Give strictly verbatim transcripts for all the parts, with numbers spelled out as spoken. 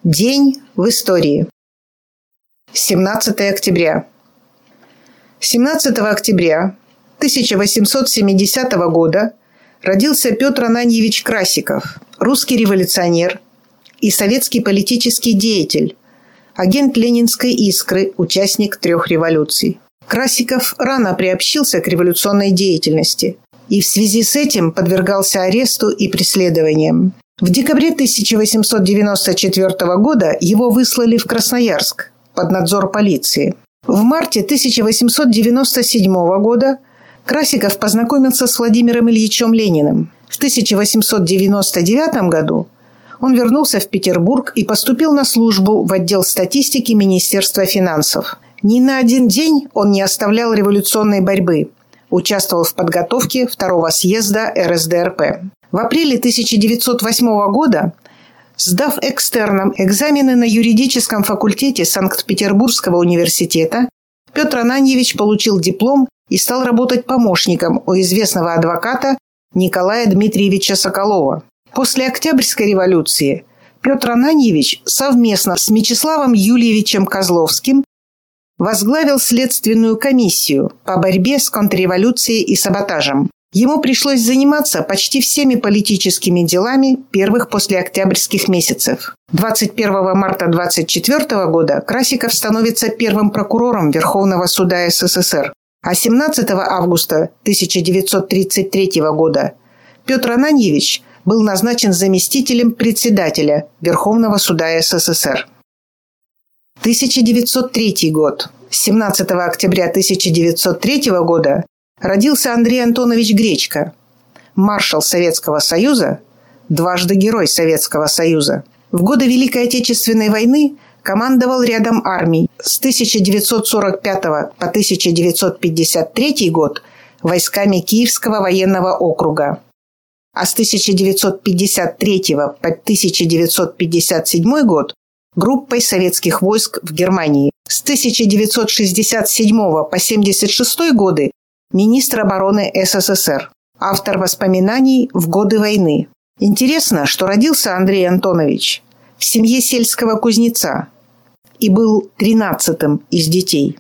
День в истории. семнадцатое октября. семнадцатого октября тысяча восемьсот семидесятого года родился Петр Ананьевич Красиков, русский революционер и советский политический деятель, агент Ленинской «Искры», участник трех революций. Красиков рано приобщился к революционной деятельности и в связи с этим подвергался аресту и преследованиям. В декабре тысяча восемьсот девяносто четвёртого года его выслали в Красноярск под надзор полиции. В марте тысяча восемьсот девяносто седьмого года Красиков познакомился с Владимиром Ильичем Лениным. В тысяча восемьсот девяносто девятом году он вернулся в Петербург и поступил на службу в отдел статистики Министерства финансов. Ни на один день он не оставлял революционной борьбы. Участвовал в подготовке второго съезда эр эс дэ эр пэ. В апреле тысяча девятьсот восьмого года, сдав экстерном экзамены на юридическом факультете Санкт-Петербургского университета, Петр Ананьевич получил диплом и стал работать помощником у известного адвоката Николая Дмитриевича Соколова. После Октябрьской революции Петр Ананьевич совместно с Мечиславом Юльевичем Козловским возглавил следственную комиссию по борьбе с контрреволюцией и саботажем. Ему пришлось заниматься почти всеми политическими делами первых послеоктябрьских месяцев. двадцать первого марта двадцать четвёртого года Красиков становится первым прокурором Верховного суда эс эс эс эр, а семнадцатого августа тысяча девятьсот тридцать третьего года Петр Ананьевич был назначен заместителем председателя Верховного суда эс эс эс эр. тысяча девятьсот третий год. семнадцатого октября тысяча девятьсот третьего года родился Андрей Антонович Гречко, маршал Советского Союза, дважды Герой Советского Союза. В годы Великой Отечественной войны командовал рядом армий. С тысяча девятьсот сорок пятого по тысяча девятьсот пятьдесят третий год войсками Киевского военного округа, а с тысяча девятьсот пятьдесят третьего по тысяча девятьсот пятьдесят седьмой год группой советских войск в Германии. С тысяча девятьсот шестьдесят седьмого по семьдесят шестой годы министр обороны эс эс эс эр, автор воспоминаний в годы войны. Интересно, что родился Андрей Антонович в семье сельского кузнеца и был тринадцатым из детей.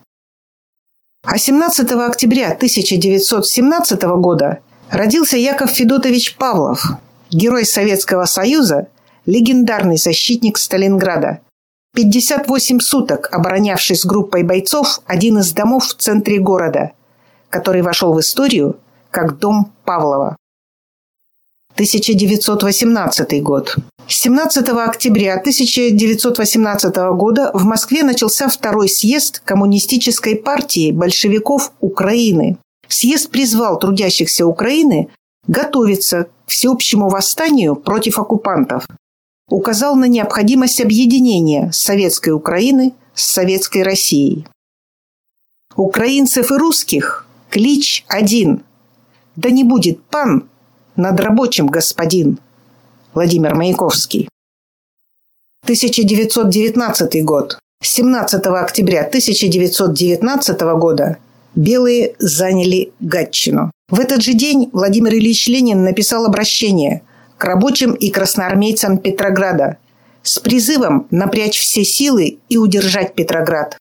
А семнадцатого октября тысяча девятьсот семнадцатого года родился Яков Федотович Павлов, герой Советского Союза, легендарный защитник Сталинграда, пятьдесят восемь суток оборонявший с группой бойцов один из домов в центре города, который вошел в историю как дом Павлова. тысяча девятьсот восемнадцатый год. семнадцатого октября тысяча девятьсот восемнадцатого года в Москве начался второй съезд Коммунистической партии большевиков Украины. Съезд призвал трудящихся Украины готовиться к всеобщему восстанию против оккупантов. Указал на необходимость объединения Советской Украины с Советской Россией. Украинцев и русских клич один. Да не будет пан над рабочим господин. Владимир Маяковский. тысяча девятьсот девятнадцатый год. семнадцатого октября тысяча девятьсот девятнадцатого года белые заняли Гатчину. В этот же день Владимир Ильич Ленин написал обращение к рабочим и красноармейцам Петрограда с призывом напрячь все силы и удержать Петроград.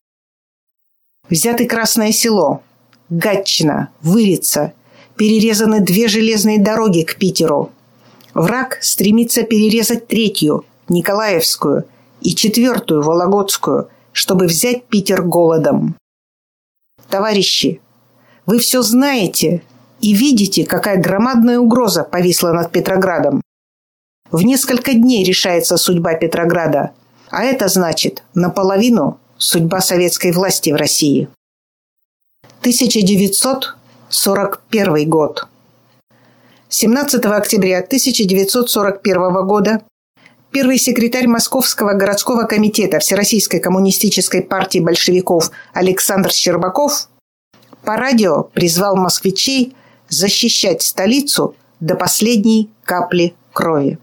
Взяты Красное Село, Гатчина, Вырица, перерезаны две железные дороги к Питеру. Враг стремится перерезать третью, Николаевскую, и четвертую, Вологодскую, чтобы взять Питер голодом. Товарищи, вы все знаете и видите, какая громадная угроза повисла над Петроградом. В несколько дней решается судьба Петрограда, а это значит наполовину судьба советской власти в России. тысяча девятьсот сорок первый год. семнадцатого октября тысяча девятьсот сорок первого года первый секретарь Московского городского комитета Всероссийской коммунистической партии большевиков Александр Щербаков по радио призвал москвичей защищать столицу до последней капли крови.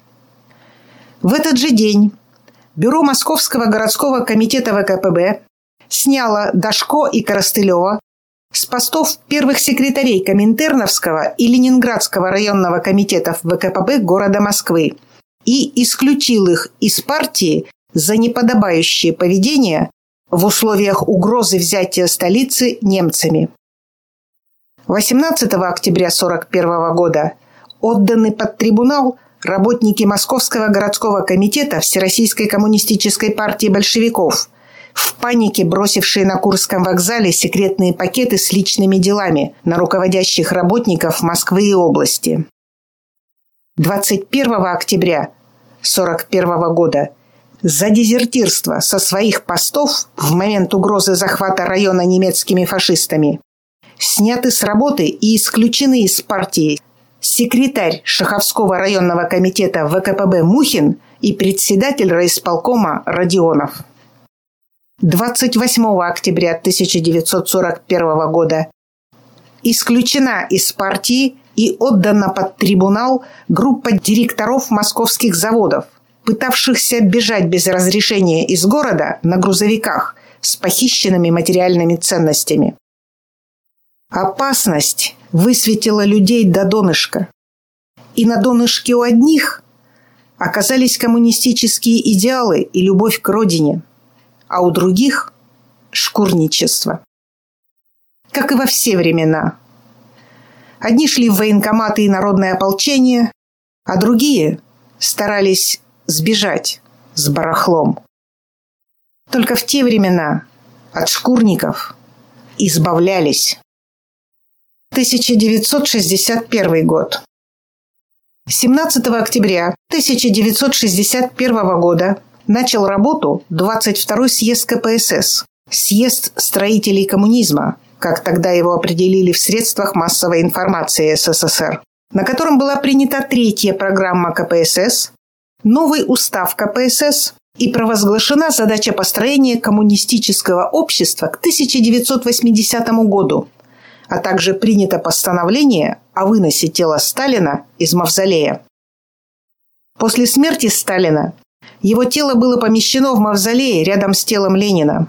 В этот же день Бюро Московского городского комитета вэ ка пэ бэ сняло Дашко и Коростылева с постов первых секретарей Коминтерновского и Ленинградского районного комитетов вэ ка пэ бэ города Москвы и исключил их из партии за неподобающее поведение в условиях угрозы взятия столицы немцами. восемнадцатого октября тысяча девятьсот сорок первого года отданы под трибунал работники Московского городского комитета Всероссийской коммунистической партии большевиков, в панике бросившие на Курском вокзале секретные пакеты с личными делами на руководящих работников Москвы и области. двадцать первого октября тысяча девятьсот сорок первого года за дезертирство со своих постов в момент угрозы захвата района немецкими фашистами сняты с работы и исключены из партии секретарь Шаховского районного комитета вэ ка пэ бэ Мухин и председатель райисполкома Родионов. двадцать восьмого октября тысяча девятьсот сорок первого года исключена из партии и отдана под трибунал группа директоров московских заводов, пытавшихся бежать без разрешения из города на грузовиках с похищенными материальными ценностями. Опасность высветила людей до донышка. И на донышке у одних оказались коммунистические идеалы и любовь к родине, а у других – шкурничество. Как и во все времена. Одни шли в военкоматы и народное ополчение, а другие старались сбежать с барахлом. Только в те времена от шкурников избавлялись. тысяча девятьсот шестьдесят первый год. семнадцатого октября тысяча девятьсот шестьдесят первого года начал работу двадцать второй съезд ка пэ эс эс, съезд строителей коммунизма, как тогда его определили в средствах массовой информации эс эс эс эр, на котором была принята третья программа ка пэ эс эс, новый устав ка пэ эс эс и провозглашена задача построения коммунистического общества к тысяча девятьсот восьмидесятому году, а также принято постановление о выносе тела Сталина из мавзолея. После смерти Сталина его тело было помещено в мавзолее рядом с телом Ленина.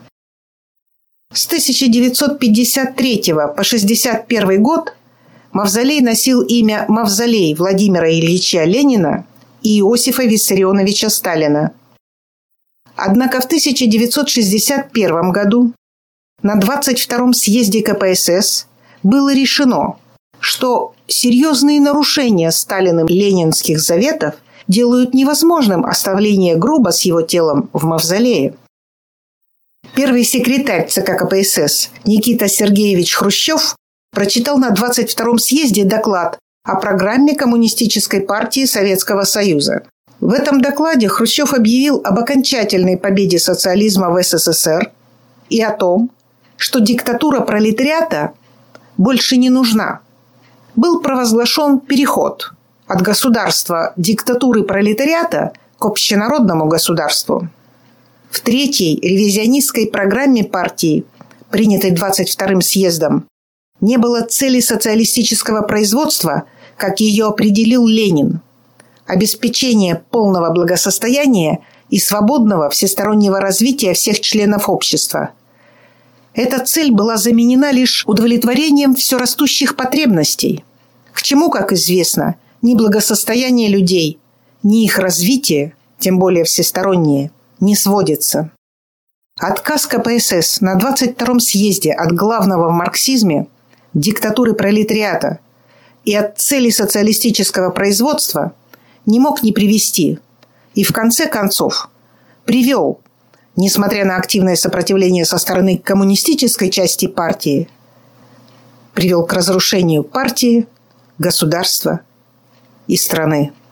С тысяча девятьсот пятьдесят третьего по шестьдесят первый год мавзолей носил имя «Мавзолей Владимира Ильича Ленина и Иосифа Виссарионовича Сталина». Однако в тысяча девятьсот шестьдесят первом году на двадцать втором съезде ка пэ эс эс было решено, что серьезные нарушения Сталиным ленинских заветов делают невозможным оставление гроба с его телом в мавзолее. Первый секретарь цэ ка ка пэ эс эс Никита Сергеевич Хрущев прочитал на двадцать втором съезде доклад о программе Коммунистической партии Советского Союза. В этом докладе Хрущев объявил об окончательной победе социализма в эс эс эс эр и о том, что диктатура пролетариата больше не нужна. Был провозглашен переход от государства диктатуры пролетариата к общенародному государству. В третьей ревизионистской программе партии, принятой двадцать вторым съездом, не было цели социалистического производства, как ее определил Ленин, обеспечение полного благосостояния и свободного всестороннего развития всех членов общества. Эта цель была заменена лишь удовлетворением все растущих потребностей, к чему, как известно, ни благосостояние людей, ни их развитие, тем более всестороннее, не сводится. Отказ ка пэ эс эс на двадцать втором съезде от главного в марксизме – диктатуры пролетариата и от цели социалистического производства не мог не привести и в конце концов привел, несмотря на активное сопротивление со стороны коммунистической части партии, привел к разрушению партии, государства и страны.